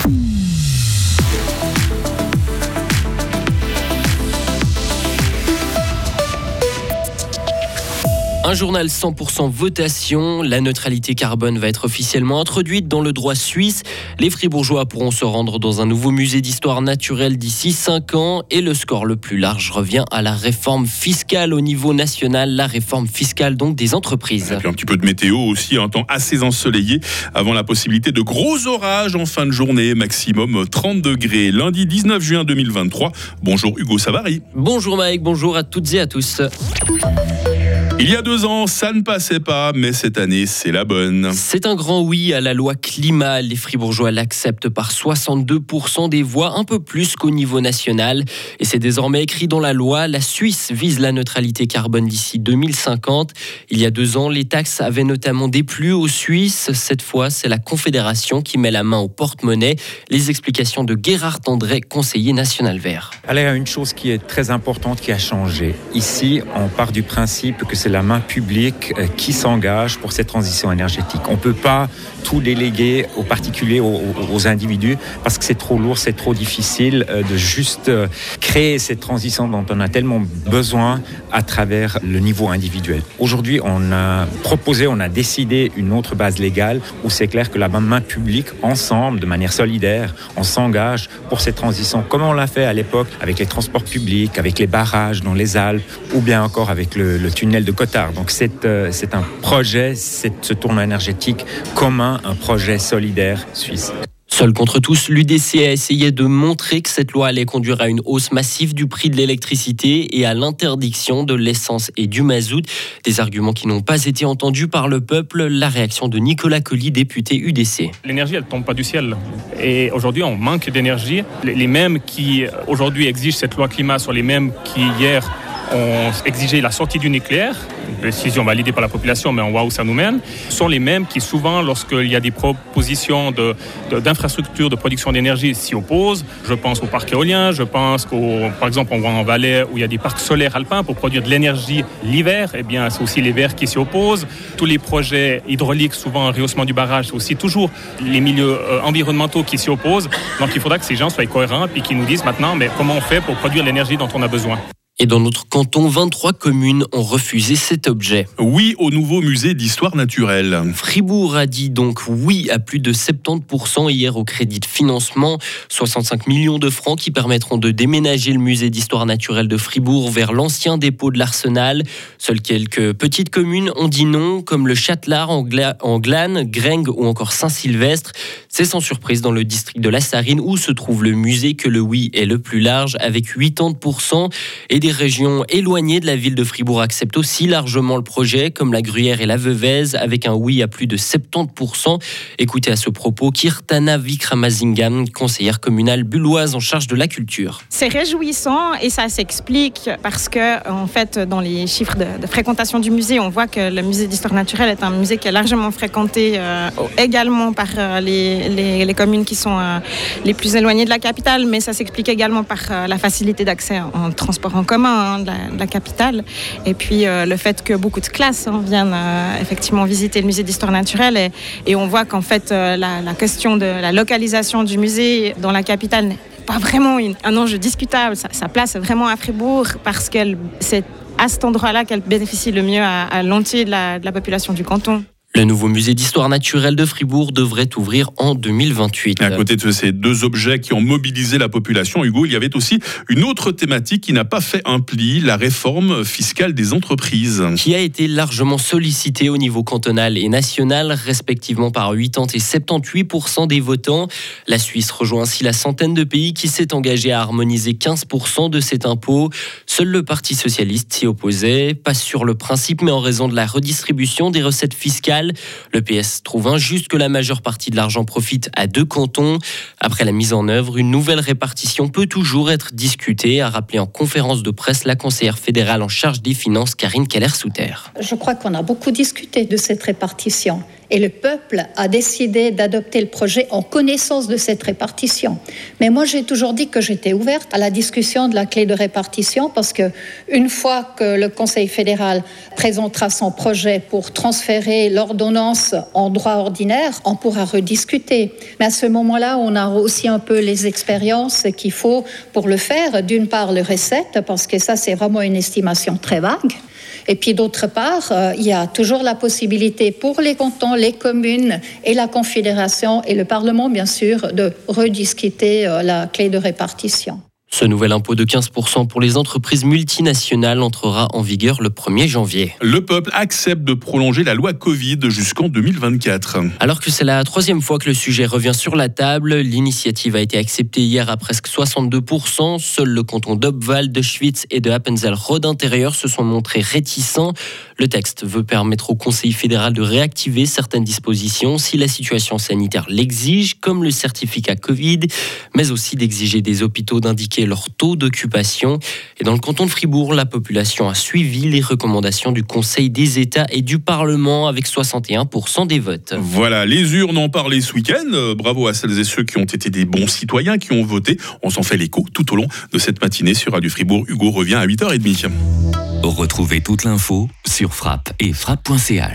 Un journal 100% votation, la neutralité carbone va être officiellement introduite dans le droit suisse. Les Fribourgeois pourront se rendre dans un nouveau musée d'histoire naturelle d'ici 5 ans et le score le plus large revient à la réforme fiscale au niveau national, la réforme fiscale donc des entreprises. Et puis un petit peu de météo aussi, un temps assez ensoleillé avant la possibilité de gros orages en fin de journée, maximum 30 degrés. Lundi 19 juin 2023. Bonjour Hugo Savary. Bonjour Mike, bonjour à toutes et à tous. Il y a 2 ans, ça ne passait pas, mais cette année, c'est la bonne. C'est un grand oui à la loi climat. Les Fribourgeois l'acceptent par 62% des voix, un peu plus qu'au niveau national. Et c'est désormais écrit dans la loi. La Suisse vise la neutralité carbone d'ici 2050. Il y a 2 ans, les taxes avaient notamment déplu aux Suisses. Cette fois, c'est la Confédération qui met la main au porte-monnaie. Les explications de Gérard André, conseiller national vert. Alors, il y a une chose qui est très importante qui a changé. Ici, on part du principe que c'est la main publique qui s'engage pour cette transition énergétique. On ne peut pas tout déléguer aux particuliers, aux individus, parce que c'est trop lourd, c'est trop difficile de juste créer cette transition dont on a tellement besoin à travers le niveau individuel. Aujourd'hui, on a décidé une autre base légale où c'est clair que la main publique, ensemble, de manière solidaire, on s'engage pour cette transition, comme on l'a fait à l'époque avec les transports publics, avec les barrages dans les Alpes, ou bien encore avec le tunnel de Cotard. Donc c'est un projet, ce tournant énergétique commun, un projet solidaire suisse. Seul contre tous, l'UDC a essayé de montrer que cette loi allait conduire à une hausse massive du prix de l'électricité et à l'interdiction de l'essence et du mazout. Des arguments qui n'ont pas été entendus par le peuple. La réaction de Nicolas Colli, député UDC. L'énergie, elle ne tombe pas du ciel. Et aujourd'hui, on manque d'énergie. Les mêmes qui aujourd'hui exigent cette loi climat sont les mêmes qui hier ont exigé la sortie du nucléaire, une décision validée par la population, mais on voit où ça nous mène, sont les mêmes qui souvent, lorsqu'il y a des propositions d'infrastructures de production d'énergie, s'y opposent. Je pense au parc éolien, je pense par exemple, on voit en Valais où il y a des parcs solaires alpins pour produire de l'énergie l'hiver, eh bien, c'est aussi les Verts qui s'y opposent. Tous les projets hydrauliques, souvent un rehaussement du barrage, c'est aussi toujours les milieux environnementaux qui s'y opposent. Donc il faudra que ces gens soient cohérents et qu'ils nous disent maintenant, mais comment on fait pour produire l'énergie dont on a besoin. Et dans notre canton, 23 communes ont refusé cet objet. Oui au nouveau musée d'histoire naturelle. Fribourg a dit donc oui à plus de 70% hier au crédit de financement. 65 millions de francs qui permettront de déménager le musée d'histoire naturelle de Fribourg vers l'ancien dépôt de l'Arsenal. Seules quelques petites communes ont dit non, comme le Châtelard en Glane, Grengue ou encore Saint-Sylvestre. C'est sans surprise dans le district de la Sarine où se trouve le musée que le oui est le plus large avec 80%. Et des régions éloignées de la ville de Fribourg acceptent aussi largement le projet, comme la Gruyère et la Veuvez, avec un oui à plus de 70%. Écoutez à ce propos Kirtana Wickramasingam, conseillère communale bulloise en charge de la culture. C'est réjouissant et ça s'explique parce que, en fait, dans les chiffres de fréquentation du musée, on voit que le musée d'histoire naturelle est un musée qui est largement fréquenté également par les communes qui sont les plus éloignées de la capitale, mais ça s'explique également par la facilité d'accès en transport en commun de la capitale. Et puis le fait que beaucoup de classes viennent effectivement visiter le musée d'histoire naturelle et on voit qu'en fait la question de la localisation du musée dans la capitale n'est pas vraiment un enjeu discutable. Sa place est vraiment à Fribourg parce que c'est à cet endroit-là qu'elle bénéficie le mieux à l'entier de la population du canton. Le nouveau musée d'histoire naturelle de Fribourg devrait ouvrir en 2028. À côté de ces 2 objets qui ont mobilisé la population, Hugo, il y avait aussi une autre thématique qui n'a pas fait un pli, la réforme fiscale des entreprises. Qui a été largement sollicitée au niveau cantonal et national, respectivement par 80 et 78% des votants. La Suisse rejoint ainsi la centaine de pays qui s'est engagé à harmoniser 15% de cet impôt. Seul le Parti socialiste s'y opposait, pas sur le principe, mais en raison de la redistribution des recettes fiscales. Le PS trouve injuste que la majeure partie de l'argent profite à 2 cantons. Après la mise en œuvre, une nouvelle répartition peut toujours être discutée, a rappelé en conférence de presse la conseillère fédérale en charge des finances, Karine Keller-Souter. Je crois qu'on a beaucoup discuté de cette répartition. Et le peuple a décidé d'adopter le projet en connaissance de cette répartition. Mais moi, j'ai toujours dit que j'étais ouverte à la discussion de la clé de répartition parce que une fois que le Conseil fédéral présentera son projet pour transférer l'ordonnance en droit ordinaire, on pourra rediscuter. Mais à ce moment-là, on a aussi un peu les expériences qu'il faut pour le faire. D'une part, les recettes, parce que ça, c'est vraiment une estimation très vague. Et puis d'autre part, il y a toujours la possibilité pour les cantons, les communes et la Confédération et le Parlement, bien sûr, de rediscuter la clé de répartition. Ce nouvel impôt de 15% pour les entreprises multinationales entrera en vigueur le 1er janvier. Le peuple accepte de prolonger la loi Covid jusqu'en 2024. Alors que c'est la 3e fois que le sujet revient sur la table, l'initiative a été acceptée hier à presque 62%. Seuls le canton d'Obwald, de Schwytz et de Appenzell-Rhodes intérieur se sont montrés réticents. Le texte veut permettre au Conseil fédéral de réactiver certaines dispositions si la situation sanitaire l'exige, comme le certificat Covid, mais aussi d'exiger des hôpitaux d'indiquer leur taux d'occupation. Et dans le canton de Fribourg, la population a suivi les recommandations du Conseil des États et du Parlement avec 61% des votes. Voilà, les urnes ont parlé ce week-end. Bravo à celles et ceux qui ont été des bons citoyens, qui ont voté. On s'en fait l'écho tout au long de cette matinée sur Radio Fribourg. Hugo revient à 8h30. Retrouvez toute l'info sur frappe et frappe.ch.